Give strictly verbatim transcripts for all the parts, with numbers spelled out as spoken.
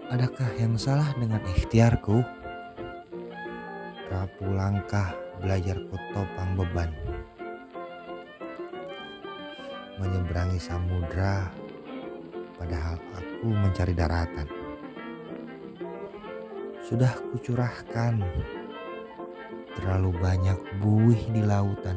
Adakah yang salah dengan ikhtiarku? Rapu langkah belajar ku topang beban, menyeberangi samudra, padahal aku mencari daratan. Sudah kucurahkan terlalu banyak buih di lautan.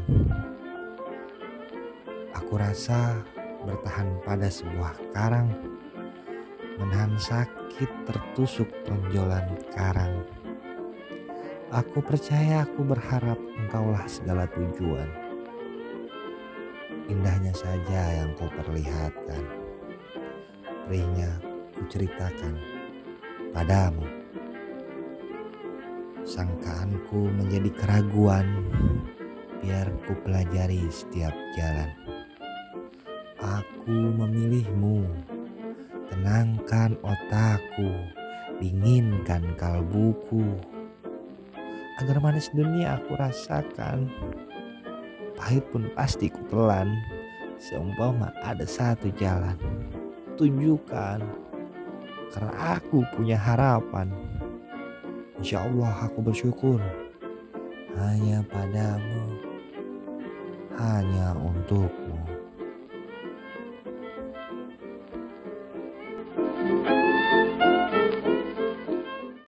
Aku rasa bertahan pada sebuah karang, menahan sakit tertusuk tonjolan karang. Aku percaya, aku berharap engkaulah segala tujuan. Indahnya saja yang kau perlihatkan, perihnya ku ceritakan padamu. Sangkaanku menjadi keraguan, biar ku pelajari setiap jalan. Aku memilihmu, tenangkan otakku, dinginkan kalbuku, agar manis dunia aku rasakan, pahit pun pasti ku telan. Seumpama ada satu jalan, tunjukkan, karena aku punya harapan. Insya Allah aku bersyukur hanya padamu, hanya untuk